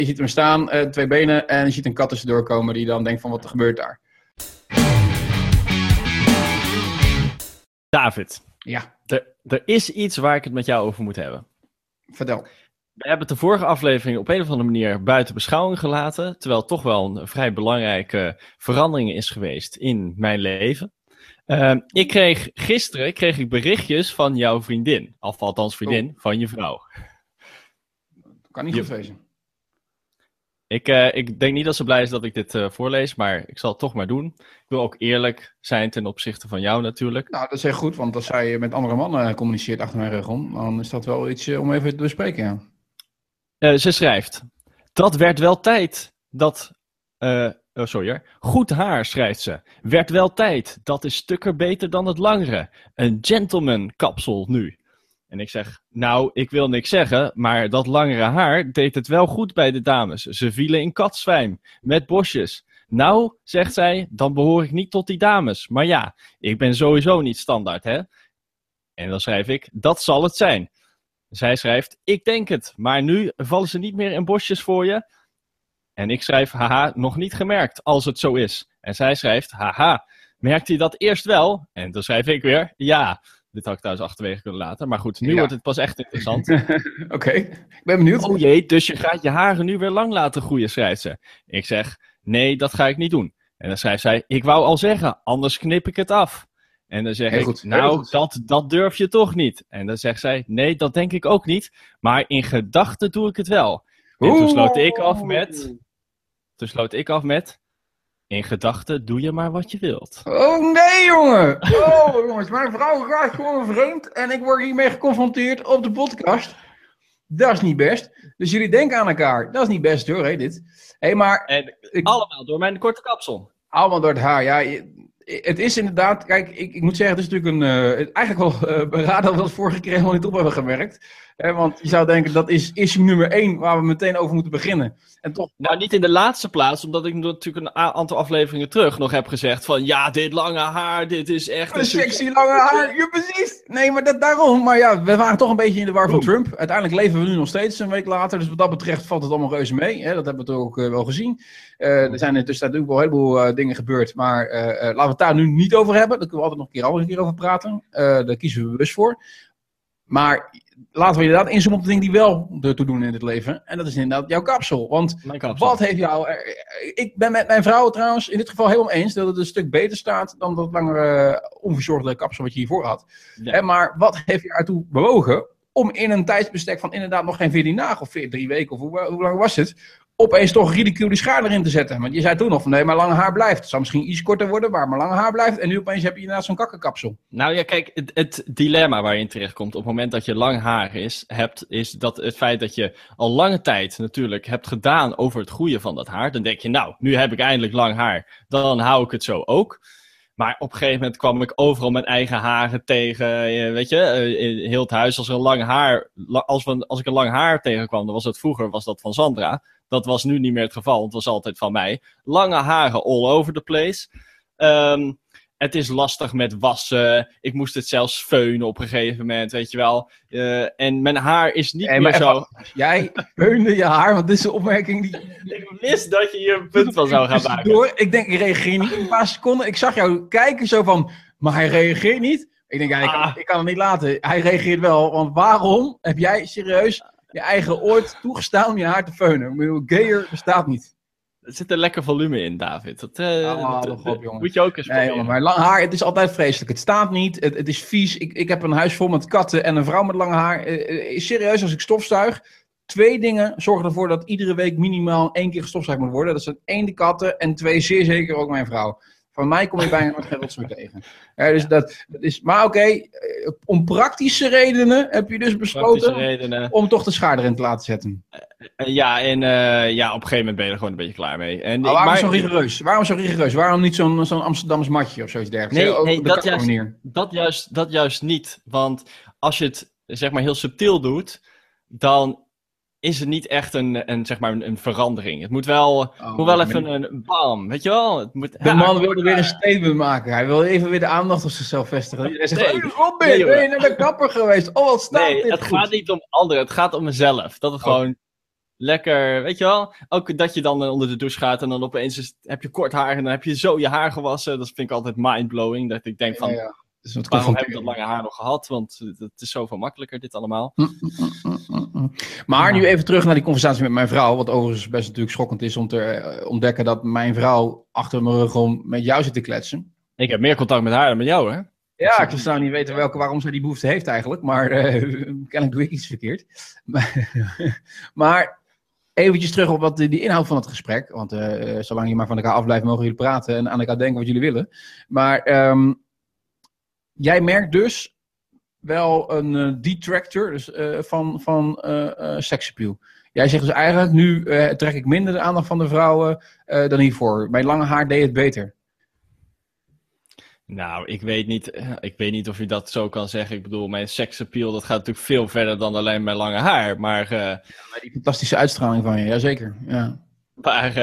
Je ziet hem staan, 2 benen, en je ziet een kat tussendoor komen die dan denkt van wat er gebeurt daar. David. Ja. Er is iets waar ik het met jou over moet hebben. Vertel. We hebben de vorige aflevering op een of andere manier buiten beschouwing gelaten, terwijl het toch wel een vrij belangrijke verandering is geweest in mijn leven. Gisteren kreeg ik berichtjes van jouw vriendin, althans vriendin van je vrouw. Kan niet goed wezen. Ik denk niet dat ze blij is dat ik dit voorlees, maar ik zal het toch maar doen. Ik wil ook eerlijk zijn ten opzichte van jou natuurlijk. Nou, dat is heel goed, want als zij met andere mannen communiceert achter mijn rug om, dan is dat wel iets om even te bespreken, ja. Ze schrijft, dat werd wel tijd dat... Goed haar, schrijft ze. Werd wel tijd, dat is stukken beter dan het langere. Een gentleman kapsel nu. En ik zeg, nou, ik wil niks zeggen, maar dat langere haar deed het wel goed bij de dames. Ze vielen in katzwijm, met bosjes. Nou, zegt zij, dan behoor ik niet tot die dames. Maar ja, ik ben sowieso niet standaard, hè? En dan schrijf ik, dat zal het zijn. Zij schrijft, ik denk het, maar nu vallen ze niet meer in bosjes voor je. En ik schrijf, haha, nog niet gemerkt, als het zo is. En zij schrijft, haha, merkt hij dat eerst wel? En dan schrijf ik weer, ja. Dit had ik trouwens achterwege kunnen laten. Maar goed, nu wordt het pas echt interessant. Oké, ik ben benieuwd. Oh jee, dus je gaat je haren nu weer lang laten groeien, schrijft ze. Ik zeg, nee, dat ga ik niet doen. En dan schrijft zij, ik wou al zeggen, anders knip ik het af. En dan zeg ik, nou, dat durf je toch niet. En dan zegt zij, nee, dat denk ik ook niet. Maar in gedachten doe ik het wel. En toen sloot ik af met... In gedachten doe je maar wat je wilt. Oh nee, jongen! Oh, jongens, mijn vrouw gaat gewoon vreemd en ik word hiermee geconfronteerd op de podcast. Dat is niet best. Dus jullie denken aan elkaar. Dat is niet best hoor, dit. Hey, maar... En allemaal door mijn korte kapsel. Allemaal door het haar, ja. Het is inderdaad, kijk, ik moet zeggen, het is natuurlijk eigenlijk wel beraden dat we dat vorige keer helemaal niet op hebben gewerkt. Want je zou denken, dat is issue nummer 1 waar we meteen over moeten beginnen. En toch... Nou, niet in de laatste plaats, omdat ik natuurlijk een aantal afleveringen terug nog heb gezegd van, ja, dit lange haar, dit is echt... Een sexy lange haar, ja precies. Nee, maar daarom. Maar ja, we waren toch een beetje in de war van Trump. Uiteindelijk leven we nu nog steeds een week later. Dus wat dat betreft valt het allemaal reuze mee. Hè? Dat hebben we toch ook wel gezien. Er zijn intussen natuurlijk wel een heleboel dingen gebeurd. Maar laten we het daar nu niet over hebben. Daar kunnen we altijd nog een keer over praten. Daar kiezen we bewust voor. Maar laten we inderdaad inzoomen op de dingen die wel ertoe doen in het leven. En dat is inderdaad jouw kapsel. Want wat heeft jou... Ik ben met mijn vrouw trouwens in dit geval helemaal eens dat het een stuk beter staat dan dat langere onverzorgde kapsel wat je hiervoor had. Ja. Maar wat heeft je ertoe bewogen om in een tijdsbestek van inderdaad nog geen 14 dagen of 3 weken of hoe lang was het... opeens toch ridicule die schaar erin te zetten. Want je zei toen nog van nee, maar lange haar blijft. Het zou misschien iets korter worden, maar lange haar blijft. En nu opeens heb je inderdaad zo'n kakkenkapsel. Nou ja, kijk, het dilemma waar je in terechtkomt op het moment dat je lang haar hebt, is dat het feit dat je al lange tijd natuurlijk hebt gedaan over het groeien van dat haar. Dan denk je, nou, nu heb ik eindelijk lang haar. Dan hou ik het zo ook. Maar op een gegeven moment kwam ik overal mijn eigen haren tegen, weet je, in heel het huis. Als ik een lang haar tegenkwam, dan was het vroeger was dat van Sandra. Dat was nu niet meer het geval, want het was altijd van mij. Lange haren all over the place. Het is lastig met wassen. Ik moest het zelfs feunen op een gegeven moment, weet je wel. En mijn haar is niet meer zo... Jij feunde je haar, want dit is een opmerking die... Ik wist dat je hier een punt van zou gaan maken. Ik denk, ik reageer niet in een paar seconden. Ik zag jou kijken zo van, maar hij reageert niet. Ik denk, ik kan het niet laten. Hij reageert wel, want waarom heb jij serieus je eigen ooit toegestaan om je haar te feunen? Ik bedoel, gayer bestaat niet. Er zit een lekker volume in, David. Dat moet je ook eens proberen. Nee, maar lang haar, het is altijd vreselijk. Het staat niet, het is vies. Ik heb een huis vol met katten en een vrouw met lang haar. Serieus, als ik stofzuig, 2 dingen zorgen ervoor dat iedere week minimaal 1 keer gestofzuigd moet worden. Dat zijn 1 de katten en 2 zeer zeker ook mijn vrouw. Van mij kom je bijna nooit geen rotzooi tegen. Dus dat is, maar oké, om praktische redenen heb je dus besloten om toch de schaar erin te laten zetten. Ja, en op een gegeven moment ben je er gewoon een beetje klaar mee. En waarom zo rigoureus? Waarom niet zo'n Amsterdams matje of zoiets dergelijks? Nee, dat juist niet. Want als je het zeg maar heel subtiel doet, dan is het niet echt een verandering. Het moet wel, even een bam, weet je wel? De man wilde weer een statement maken. Hij wil even weer de aandacht op zichzelf vestigen. Hij zegt, ben je naar de kapper geweest? Oh, wat staat dit het gaat niet om anderen. Het gaat om mezelf. Dat het gewoon Lekker, weet je wel? Ook dat je dan onder de douche gaat en dan opeens heb je kort haar en dan heb je zo je haar gewassen. Dat vind ik altijd mindblowing. Dat ik denk van, Dus wat waarom heb ik dat lange haar nog gehad? Want het is zoveel makkelijker dit allemaal. Maar nu even terug naar die conversatie met mijn vrouw. Wat overigens best natuurlijk schokkend is om te ontdekken dat mijn vrouw achter mijn rug om met jou zit te kletsen. Ik heb meer contact met haar dan met jou, hè? Ja, ik zou niet weten waarom zij die behoefte heeft eigenlijk. Maar kennelijk doe ik iets verkeerd. Maar eventjes terug op wat die inhoud van het gesprek. Want zolang je maar van elkaar afblijft, mogen jullie praten en aan elkaar denken wat jullie willen. Maar jij merkt dus wel een detractor dus, van seksappeal. Jij zegt dus eigenlijk, nu trek ik minder de aandacht van de vrouwen dan hiervoor. Bij lange haar deed het beter. Nou, ik weet niet of je dat zo kan zeggen. Ik bedoel, mijn seksappeal, dat gaat natuurlijk veel verder dan alleen mijn lange haar. Maar die fantastische uitstraling van je, jazeker. Ja. Maar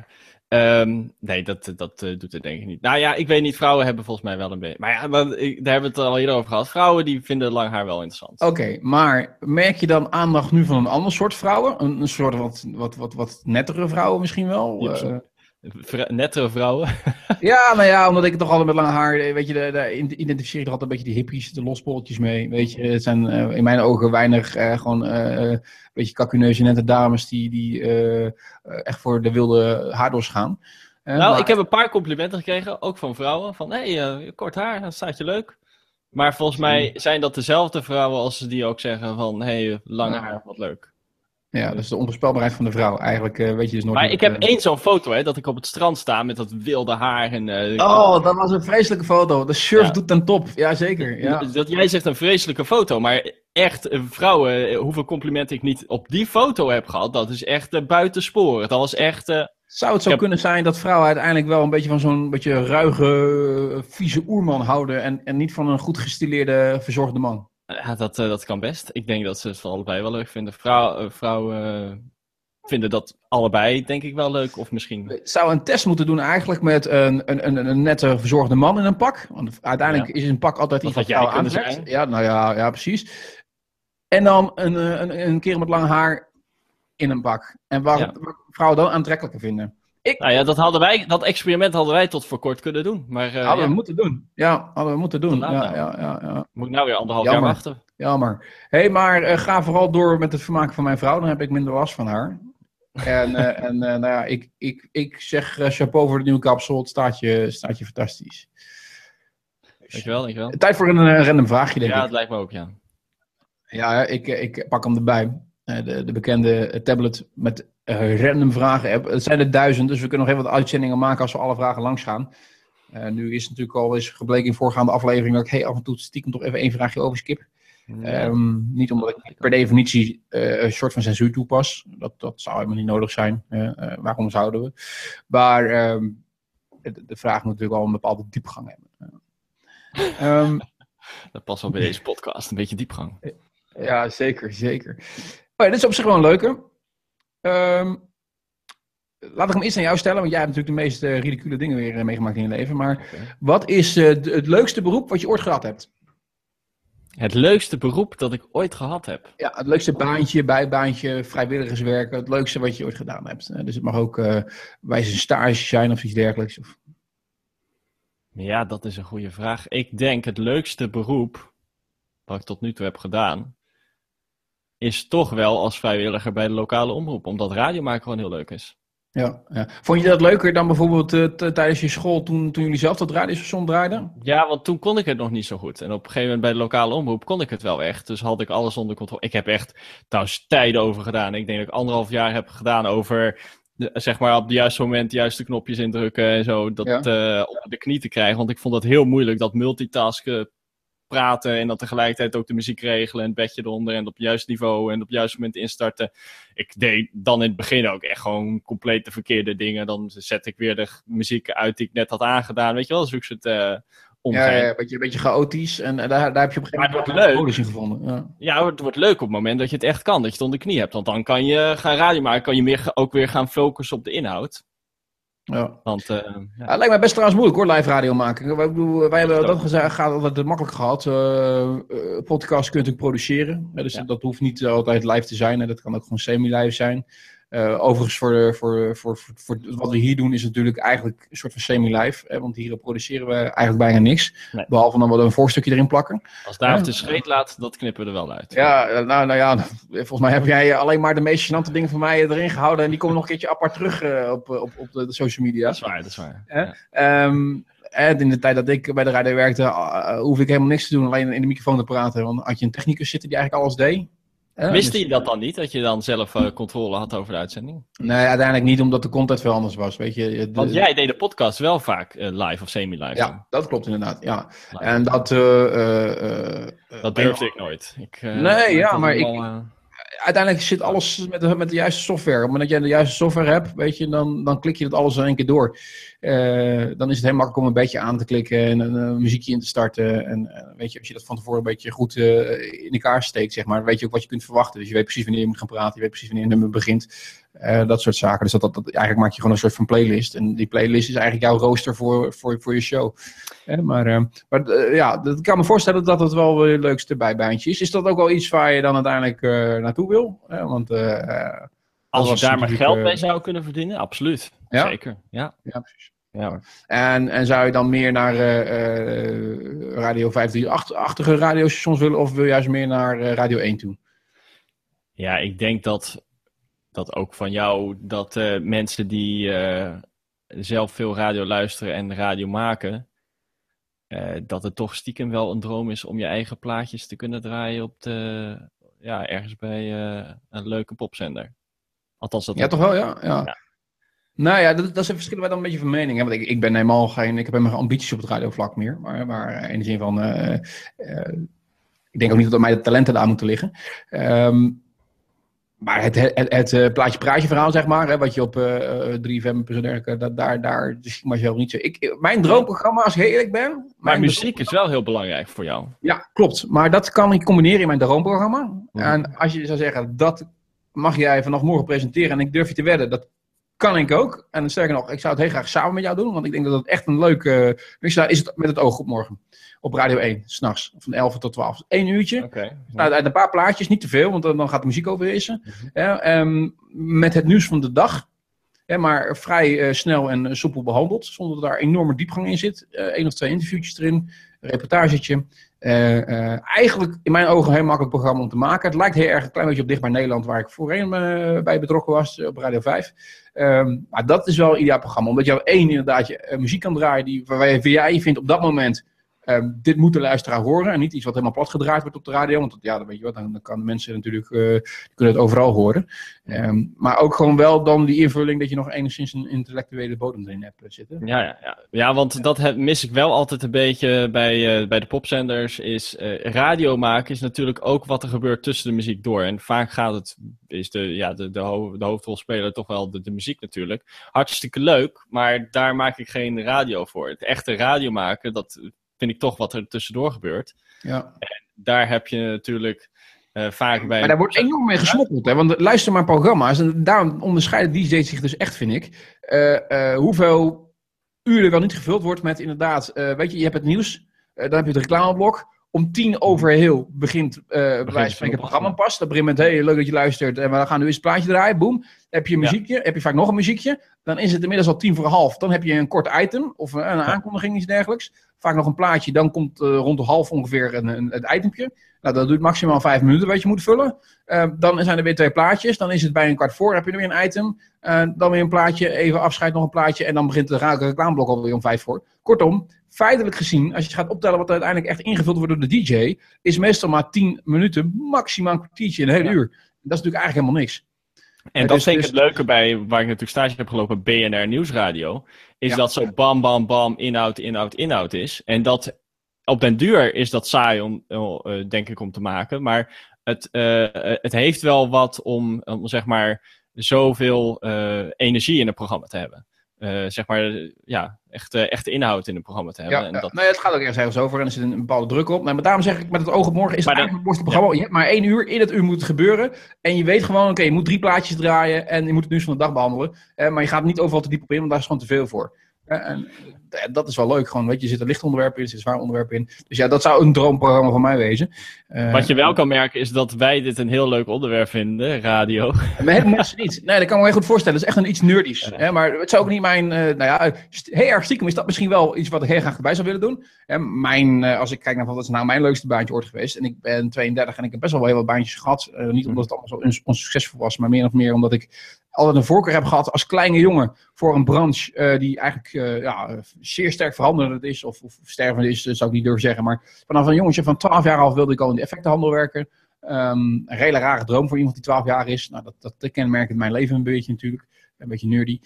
nee, dat doet het denk ik niet. Nou ja, ik weet niet, vrouwen hebben volgens mij wel een beetje... Maar ja, daar hebben we het al eerder over gehad. Vrouwen die vinden lang haar wel interessant. Oké, maar merk je dan aandacht nu van een ander soort vrouwen? Een soort wat nettere vrouwen misschien wel? Nettere vrouwen? Ja, nou ja, omdat ik toch altijd met lange haar, weet je, daar identificeer ik toch altijd een beetje die hippies, de losbolletjes mee, weet je. Het zijn in mijn ogen weinig een beetje kakkuneuze nette dames die echt voor de wilde haardos gaan. Nou, ik heb een paar complimenten gekregen, ook van vrouwen, van kort haar, dat staat je leuk. Maar volgens mij zijn dat dezelfde vrouwen als die ook zeggen van, lang haar, wat leuk. Ja, dus de onvoorspelbaarheid van de vrouw. Eigenlijk weet je dus nooit... Maar ik heb één zo'n foto, dat ik op het strand sta met dat wilde haar. En, dat was een vreselijke foto. De surf doet ten top. Jazeker. Ja. Dat jij zegt een vreselijke foto, maar echt vrouwen, hoeveel complimenten ik niet op die foto heb gehad, dat is echt buitensporig. Dat was echt... Zou het zo kunnen zijn dat vrouwen uiteindelijk wel een beetje van zo'n beetje ruige, vieze oerman houden en niet van een goed gestileerde, verzorgde man? Ja, dat kan best. Ik denk dat ze het van allebei wel leuk vinden. Vrouwen vinden dat allebei, denk ik, wel leuk. Of misschien... Zou een test moeten doen eigenlijk met een nette, verzorgde man in een pak? Want uiteindelijk is een pak altijd iets wat vrouwen aantrekt. Ja, nou ja, precies. En dan een kerel met lang haar in een pak. En wat vrouwen dan aantrekkelijker vinden. Nou ja, dat experiment hadden wij tot voor kort kunnen doen. Maar, hadden we moeten doen. Ja, hadden we moeten doen. Ja. Moet ik nou weer 1,5 jaar wachten. Jammer. Maar ga vooral door met het vermaken van mijn vrouw. Dan heb ik minder last van haar. En nou ja, ik zeg chapeau voor de nieuwe kapsel. Het staat je fantastisch. Dankjewel. Tijd voor een random vraagje, denk ik. Ja, dat lijkt me ook, ja. Ja, ik pak hem erbij. De bekende tablet met random vragen app. Het zijn er 1000, dus we kunnen nog even wat uitzendingen maken als we alle vragen langs gaan. Nu is het natuurlijk al eens gebleken in voorgaande aflevering dat ik af en toe stiekem toch even één vraagje overskip. Ja. Niet omdat ik per definitie een soort van censuur toepas. Dat zou helemaal niet nodig zijn. Waarom zouden we? Maar de vraag moet natuurlijk wel een bepaalde diepgang hebben. Dat past wel bij deze podcast, een beetje diepgang. Ja, zeker. Dit is op zich wel een leuke. Laat ik hem eerst aan jou stellen, want jij hebt natuurlijk de meest ridicule dingen weer meegemaakt in je leven. Maar wat is het leukste beroep wat je ooit gehad hebt? Het leukste beroep dat ik ooit gehad heb? Ja, het leukste baantje, bijbaantje, vrijwilligerswerk. Het leukste wat je ooit gedaan hebt. Dus het mag ook wijze stage zijn of iets dergelijks. Of... Ja, dat is een goede vraag. Ik denk het leukste beroep wat ik tot nu toe heb gedaan is toch wel als vrijwilliger bij de lokale omroep. Omdat radio maken gewoon heel leuk is. Ja. Vond je dat leuker dan bijvoorbeeld tijdens je school toen jullie zelf dat radiostation draaiden? Ja, want toen kon ik het nog niet zo goed. En op een gegeven moment bij de lokale omroep kon ik het wel echt. Dus had ik alles onder controle. Ik heb echt trouwens tijden over gedaan. Ik denk dat ik 1,5 jaar heb gedaan over zeg maar op het juiste moment de juiste knopjes indrukken en zo. Dat op de knie te krijgen. Want ik vond dat heel moeilijk, dat multitasken, praten en dan tegelijkertijd ook de muziek regelen en het bedje eronder en op het juiste niveau en op het juiste moment instarten. Ik deed dan in het begin ook echt gewoon compleet de verkeerde dingen. Dan zet ik weer de muziek uit die ik net had aangedaan. Weet je wel, zoek ze het omgaan. Ja, een beetje chaotisch en daar heb je op een gegeven moment een modus in gevonden. Ja, het wordt leuk op het moment dat je het echt kan, dat je het onder de knie hebt. Want dan kan je gaan radio maken, kan je ook weer gaan focussen op de inhoud. Ja. Want, het lijkt mij best trouwens moeilijk hoor, live radio maken. Wij hebben dat gezegd, gaat altijd makkelijk gehad. Podcast kun je natuurlijk produceren. Dus dat hoeft niet altijd live te zijn. Dat kan ook gewoon semi-live zijn. Overigens, voor wat we hier doen is natuurlijk eigenlijk een soort van semi-live. Want hier produceren we eigenlijk bijna niks. Nee. Behalve dan wel een voorstukje erin plakken. Als David de scheet laat, dat knippen we er wel uit. Ja, nou ja, volgens mij heb jij alleen maar de meest gênante dingen van mij erin gehouden. En die komen nog een keertje apart terug op de social media. Dat is waar. Ja. In de tijd dat ik bij de radio werkte, hoefde ik helemaal niks te doen. Alleen in de microfoon te praten. Want had je een technicus zitten die eigenlijk alles deed. Wist je dat dan niet? Dat je dan zelf controle had over de uitzending? Nee, uiteindelijk niet, omdat de content veel anders was. Weet je, want jij deed de podcast wel vaak live of semi-live. Ja, dat klopt inderdaad. Ja. Live. En dat durfde ik nooit. Uiteindelijk zit alles met de juiste software. Op het moment dat jij de juiste software hebt, weet je, dan klik je dat alles in één keer door. Dan is het heel makkelijk om een beetje aan te klikken en een muziekje in te starten. En weet je, als je dat van tevoren een beetje goed in elkaar steekt, zeg maar, dan weet je ook wat je kunt verwachten. Dus je weet precies wanneer je moet gaan praten, je weet precies wanneer een nummer begint. Dat soort zaken. Dus dat eigenlijk maak je gewoon een soort van playlist. En die playlist is eigenlijk jouw rooster voor je show. Ik kan me voorstellen dat het wel het leukste bijbaantje is. Is dat ook wel iets waar je dan uiteindelijk naartoe wil? Als je daar maar geld mee zou kunnen verdienen, absoluut. Ja? Zeker, ja. Ja, precies. Ja. En zou je dan meer naar Radio 538-achtige radiostations willen, of wil je juist meer naar Radio 1 toe? Ja, ik denk dat ook van jou, dat mensen die zelf veel radio luisteren en radio maken, dat het toch stiekem wel een droom is om je eigen plaatjes te kunnen draaien ergens bij een leuke popzender. Althans, dat toch wel, ja. Nou ja, dat verschillen wij dan een beetje van mening. Hè? Want ik ben helemaal ik heb helemaal geen ambities op het radiovlak meer. Maar in de zin van, ik denk ook niet dat mij de talenten daar moeten liggen. Maar het plaatje-praatje verhaal, zeg maar, hè, wat je op 3FM, daar zie ik mezelf niet zo. Mijn droomprogramma, als ik heel eerlijk ben... Maar muziek is wel heel belangrijk voor jou. Ja, klopt. Maar dat kan ik combineren in mijn droomprogramma. En als je zou zeggen, dat mag jij vanaf morgen presenteren en ik durf je te wedden, dat kan ik ook. En sterker nog, ik zou het heel graag samen met jou doen, want ik denk dat het echt een leuke... is het met het oog op morgen. Op Radio 1, 's nachts, van 11 tot 12. 1 uurtje. Okay. Nou, uit een paar plaatjes, niet te veel, want dan gaat de muziek overheersen. Met het nieuws van de dag. Maar vrij snel en soepel behandeld, zonder dat daar enorme diepgang in zit. 1 of 2 interviewtjes erin, een reportagetje. Eigenlijk in mijn ogen een heel makkelijk programma om te maken. Het lijkt heel erg een klein beetje op Dicht bij Nederland, waar ik voorheen bij betrokken was, op Radio 5. Maar dat is wel een ideaal programma, omdat je inderdaad je muziek kan draaien waar jij vindt op dat moment... dit moet de luisteraar horen en niet iets wat helemaal plat gedraaid wordt op de radio. Want dan weet je wat, dan kan de mensen natuurlijk kunnen het overal horen. Maar ook gewoon wel dan die invulling dat je nog enigszins een intellectuele bodem erin hebt zitten. Ja, want dat mis ik wel altijd een beetje bij de popzenders. Radio maken is natuurlijk ook wat er gebeurt tussen de muziek door. En vaak is de hoofdrolspeler toch wel de muziek natuurlijk. Hartstikke leuk, maar daar maak ik geen radio voor. Het echte radio maken, dat vind ik toch wat er tussendoor gebeurt. Ja. En daar heb je natuurlijk vaak bij... Maar daar wordt enorm mee gesmokkeld, hè? Want luister maar programma's, en daarom onderscheiden DJ's zich dus echt, vind ik, hoeveel uren er wel niet gevuld wordt met inderdaad, weet je hebt het nieuws, dan heb je het reclameblok. Om 10:00 begint bij wijze van spreken het programma pas. Dan begint met, hey, leuk dat je luistert. En we gaan nu eens een plaatje draaien. Boom. Heb je een muziekje. Heb je vaak nog een muziekje. Dan is het inmiddels al 11:45. Dan heb je een kort item. Of een aankondiging, iets dergelijks. Vaak nog een plaatje. Dan komt rond de half ongeveer het itempje. Nou, dat duurt maximaal 5 minuten wat je moet vullen. Dan zijn er weer 2 plaatjes. Dan is het bij 15:15. Heb je er weer een item. Dan weer een plaatje. Even afscheid, nog een plaatje. En dan begint het reclameblok alweer om 5:00. Kortom, feitelijk gezien, als je gaat optellen wat er uiteindelijk echt ingevuld wordt door de DJ, is meestal maar 10 minuten, maximaal een kwartiertje, een hele uur. Dat is natuurlijk eigenlijk helemaal niks. En dat vind ik het leuke bij, waar ik natuurlijk stage heb gelopen, BNR Nieuwsradio, is dat zo bam, bam, bam, inhoud is. En dat op den duur is dat saai om, denk ik, om te maken. Maar het heeft wel wat om zeg maar, zoveel energie in het programma te hebben. Zeg maar, echte inhoud in het programma te hebben. Ja. Nee, het gaat ook ergens over en er zit een bepaalde druk op. Maar daarom zeg ik, met het oog op morgen is het eigenlijk het programma. Je hebt maar 1 uur, in het uur moet het gebeuren. En je weet gewoon, oké, je moet 3 plaatjes draaien en je moet het nieuws van de dag behandelen. Maar je gaat niet overal te diep op in, want daar is gewoon te veel voor. En dat is wel leuk, gewoon, weet je, er zit een licht onderwerp in, er zit een zwaar onderwerp in. Dus ja, dat zou een droomprogramma van mij wezen. Wat je wel kan merken is dat wij dit een heel leuk onderwerp vinden, radio. Maar helemaal mensen niet. Nee, dat kan ik me heel goed voorstellen. Dat is echt een iets nerdies. Ja. Hè? Maar het zou ook niet mijn... heel erg stiekem is dat misschien wel iets wat ik heel graag erbij zou willen doen. Als ik kijk naar wat is nou mijn leukste baantje ooit geweest. En ik ben 32 en ik heb best wel heel wat baantjes gehad. Niet omdat het allemaal zo onsuccesvol was, maar meer of meer omdat ik altijd een voorkeur heb gehad als kleine jongen voor een branche die eigenlijk zeer sterk veranderend is. Of stervend is, zou ik niet durven zeggen. Maar vanaf een jongetje van 12 jaar af wilde ik al in de effectenhandel werken. Een hele rare droom voor iemand die 12 jaar is. Nou, dat kenmerkt mijn leven een beetje natuurlijk. Een beetje nerdy.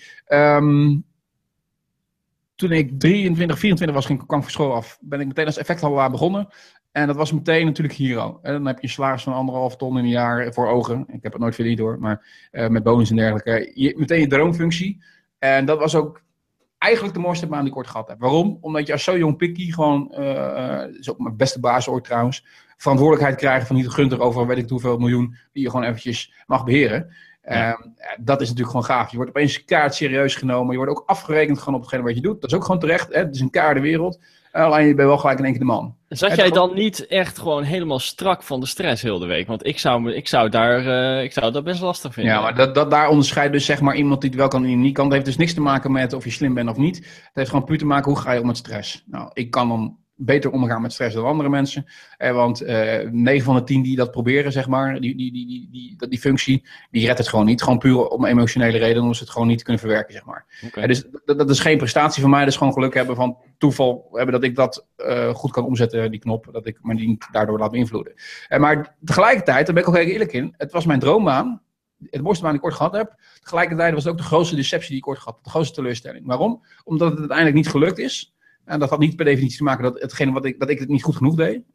Toen ik 23, 24 was, kwam ik van school af. Ben ik meteen als effecthandelaar begonnen. En dat was meteen natuurlijk Hero. En dan heb je een salaris van 1,5 ton in een jaar voor ogen. Ik heb het nooit verdiend hoor, maar met bonus en dergelijke. Meteen je droomfunctie. En dat was ook eigenlijk de mooiste baan die ik ooit gehad heb. Waarom? Omdat je als zo jong pikkie gewoon, dat is ook mijn beste baas ooit trouwens, verantwoordelijkheid krijgen van niet gunstig over weet ik hoeveel miljoen die je gewoon eventjes mag beheren. Ja. Dat is natuurlijk gewoon gaaf. Je wordt opeens kaart serieus genomen. Je wordt ook afgerekend gewoon op hetgene wat je doet. Dat is ook gewoon terecht. Hè? Het is een keiharde wereld. Alleen je bent wel gelijk in één keer de man. Zat jij dan niet echt gewoon helemaal strak van de stress heel de week? Want ik zou dat best lastig vinden. Ja, maar daar onderscheidt dus zeg maar iemand die het wel kan en niet kan. Dat heeft dus niks te maken met of je slim bent of niet. Het heeft gewoon puur te maken hoe ga je om met stress. Nou, ik kan dan beter omgaan met stress dan andere mensen. Want 9 van de 10 die dat proberen, zeg maar, die functie, die redt het gewoon niet. Gewoon puur om emotionele redenen, omdat ze het gewoon niet kunnen verwerken, zeg maar. Okay. Dus dat is geen prestatie van mij. Dat is gewoon geluk hebben van toeval hebben dat ik dat goed kan omzetten, die knop. Dat ik me niet daardoor laat beïnvloeden. Maar tegelijkertijd, daar ben ik ook heel eerlijk in, het was mijn droombaan. Het mooiste baan die ik ooit gehad heb. Tegelijkertijd was het ook de grootste deceptie die ik ooit gehad heb. De grootste teleurstelling. Waarom? Omdat het uiteindelijk niet gelukt is. En dat had niet per definitie te maken dat ik het niet goed genoeg deed.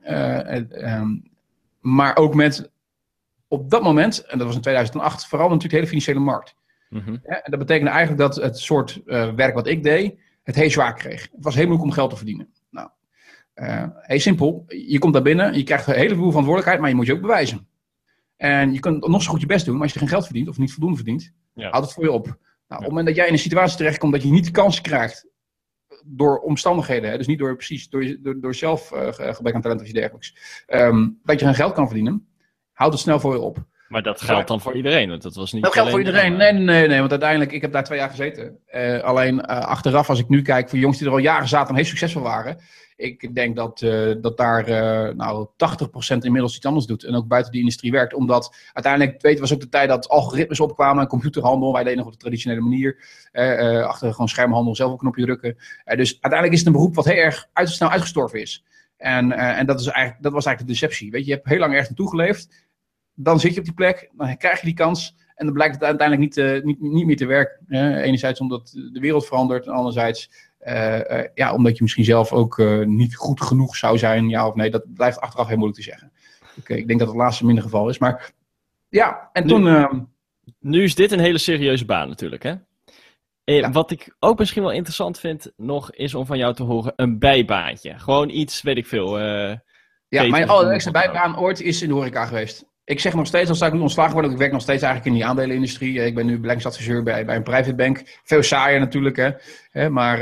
Maar ook met op dat moment, en dat was in 2008, vooral natuurlijk de hele financiële markt. Mm-hmm. En dat betekende eigenlijk dat het soort werk wat ik deed, het heel zwaar kreeg. Het was heel moeilijk om geld te verdienen. Nou, heel simpel. Je komt daar binnen, je krijgt een heleboel verantwoordelijkheid, maar je moet je ook bewijzen. En je kunt nog zo goed je best doen, maar als je geen geld verdient of niet voldoende verdient, houdt het voor je op. Nou, op het moment dat jij in een situatie terechtkomt dat je niet de kans krijgt door omstandigheden, hè, dus niet door zelf gebrek aan talent of iets dergelijks, dat je geen geld kan verdienen, houd het snel voor je op. Maar dat geldt dan voor iedereen, want dat was niet. Dat geldt voor iedereen. Nee, want uiteindelijk, ik heb daar 2 jaar gezeten. Alleen achteraf, als ik nu kijk voor jongens die er al jaren zaten en heel succesvol waren, ik denk dat daar 80% inmiddels iets anders doet en ook buiten die industrie werkt. Omdat uiteindelijk, was ook de tijd dat algoritmes opkwamen en computerhandel. Wij deden nog op de traditionele manier. Achter gewoon schermhandel zelf een knopje drukken. Dus uiteindelijk is het een beroep wat heel erg snel uitgestorven is. En dat was eigenlijk de deceptie. Weet je, je hebt heel lang ergens naartoe geleefd. Dan zit je op die plek, dan krijg je die kans. En dan blijkt het uiteindelijk niet meer te werken. Enerzijds omdat de wereld verandert en anderzijds omdat je misschien zelf ook niet goed genoeg zou zijn, ja of nee. Dat blijft achteraf heel moeilijk te zeggen. Ik denk dat het laatste minder geval is. Maar ja, en toen... Nu is dit een hele serieuze baan natuurlijk, hè? Wat ik ook misschien wel interessant vind nog, is om van jou te horen een bijbaantje. Gewoon iets, weet ik veel. Mijn allerleukste bijbaan ooit is in de horeca geweest. Ik zeg nog steeds, als ik nu ontslagen word, ik werk nog steeds eigenlijk in die aandelenindustrie. Ik ben nu beleggingsadviseur bij een private bank. Veel saaier natuurlijk, hè. Maar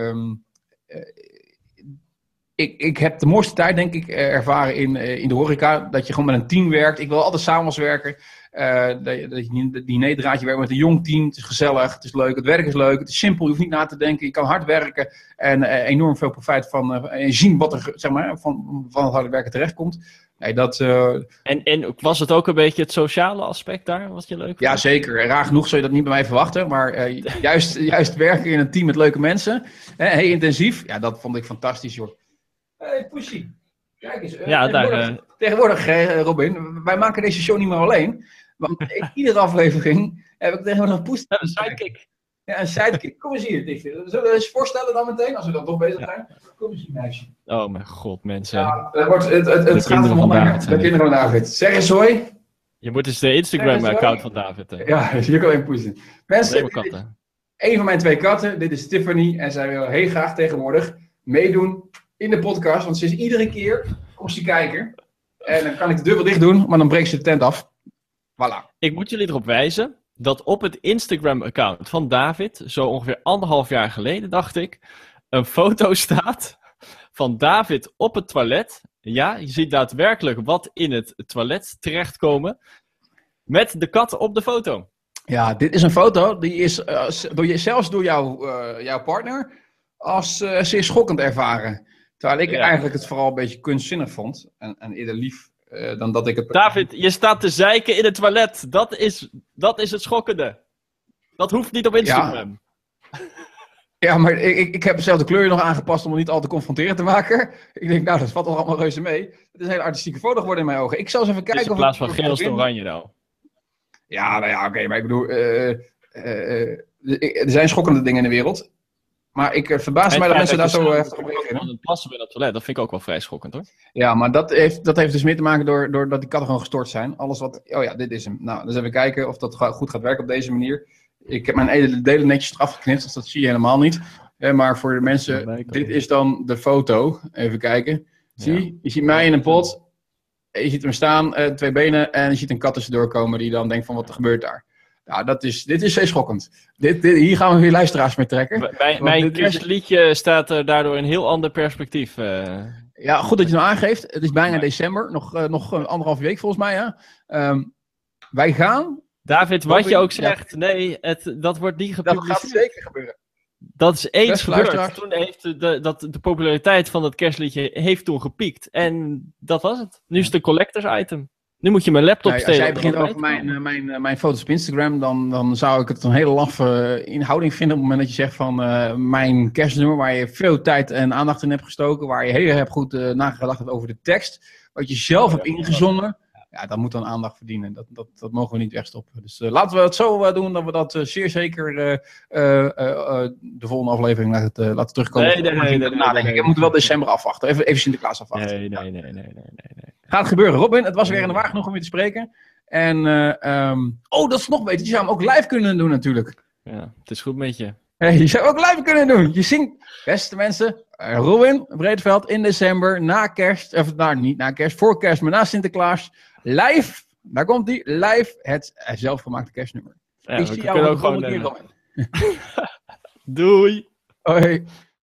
ik heb de mooiste tijd, denk ik, ervaren in de horeca. Dat je gewoon met een team werkt. Ik wil altijd s'avonds werken. Dat je een dinerdraadje werkt met een jong team. Het is gezellig, het is leuk, het werk is leuk. Het is simpel, je hoeft niet na te denken. Je kan hard werken en enorm veel profijt van zien wat er zeg maar, van het harde werken terechtkomt. Nee, En was het ook een beetje het sociale aspect daar, wat je leuk vond? Ja, zeker. Raar genoeg zou je dat niet bij mij verwachten. Maar juist werken in een team met leuke mensen. Heel intensief. Ja, dat vond ik fantastisch, joh. Hey, Pussy. Kijk eens. Tegenwoordig, Robin, wij maken deze show niet meer alleen. Want in iedere aflevering heb ik tegenwoordig een Pussy. Een sidekick. Ja, een sidekick. Kom eens hier, dichter. Zullen we eens voorstellen dan meteen, als we dan toch bezig zijn? Kom eens hier, meisje. Oh mijn god, mensen. Ja, het gaat om de kinderen van David. Zeg eens hoi. Je moet eens de Instagram-account van David. Ja, hier kan een Pussy. Mensen, een van mijn 2 katten, dit is Tiffany. En zij wil heel graag tegenwoordig meedoen in de podcast. Want ze is iedere keer, komt ze kijken. En dan kan ik de deur wel dicht doen, maar dan breekt ze de tent af. Voilà. Ik moet jullie erop wijzen dat op het Instagram-account van David, zo ongeveer 1,5 jaar geleden, dacht ik, een foto staat van David op het toilet. Ja, je ziet daadwerkelijk wat in het toilet terechtkomen. Met de kat op de foto. Ja, dit is een foto die is zelfs door jouw partner als zeer schokkend ervaren. Terwijl ik eigenlijk het vooral een beetje kunstzinnig vond. En eerder lief dan dat ik het... David, je staat te zeiken in het toilet. Dat is het schokkende. Dat hoeft niet op Instagram. Ja, maar ik heb zelf de kleur nog aangepast om het niet al te confronterend te maken. Ik denk, nou, dat valt toch allemaal reuze mee. Het is een hele artistieke foto geworden in mijn ogen. Ik zal eens even kijken in plaats van geel is oranje nou. Ja, nou ja, oké, maar ik bedoel... er zijn schokkende dingen in de wereld. Maar ik verbaas mij dat mensen daar zo heftig op reageren. Het plassen in het toilet, dat vind ik ook wel vrij schokkend, hoor. Ja, maar dat heeft dus meer te maken doordat die katten gewoon gestort zijn. Alles wat... Oh ja, dit is hem. Nou, dus even kijken of dat goed gaat werken op deze manier. Ik heb mijn delen netjes eraf geknipt, dus dat zie je helemaal niet. Maar voor de mensen, dit is dan de foto. Even kijken. Zie, je ziet mij in een pot. Je ziet hem staan, 2 benen. En je ziet een kat tussendoor komen die dan denkt van wat er gebeurt daar. Nou, dit is zeer schokkend. Hier gaan we weer luisteraars mee trekken. Mijn kerstliedje staat er daardoor in een heel ander perspectief. Ja, goed dat je het nou aangeeft. Het is bijna december. Nog 1,5 week volgens mij. Ja. Wij gaan... David, wat je ook zegt, nee, dat wordt niet gepubliceerd. Dat gaat zeker gebeuren. Dat is eens gebeurd. Toen heeft de populariteit van dat kerstliedje heeft toen gepiekt. En dat was het. Nu is het een collectors item. Nu moet je mijn laptop stelen. Als jij begint over mijn foto's op Instagram, dan zou ik het een hele laffe inhouding vinden op het moment dat je zegt van mijn kerstnummer, waar je veel tijd en aandacht in hebt gestoken, waar je heel erg goed nagedacht hebt over de tekst, wat je zelf hebt ingezonden. Ja, dat moet dan aandacht verdienen. Dat mogen we niet wegstoppen. Dus laten we het zo doen dat we dat zeer zeker de volgende aflevering laten terugkomen. Nee. Ik moet wel december afwachten. Even Sinterklaas afwachten. Nee. Gaat gebeuren. Robin, het was weer een waar genoeg om je te spreken. En, dat is nog beter. Je zou hem ook live kunnen doen natuurlijk. Ja, het is goed met je. Je zou ook live kunnen doen. Je zingt, beste mensen, Robin Breedveld in december, na kerst, niet na kerst, voor kerst, maar na Sinterklaas. Live, daar komt hij, live het zelfgemaakte kerstnummer. Ja, ik zie jou ook gewoon. Doei. Hoi.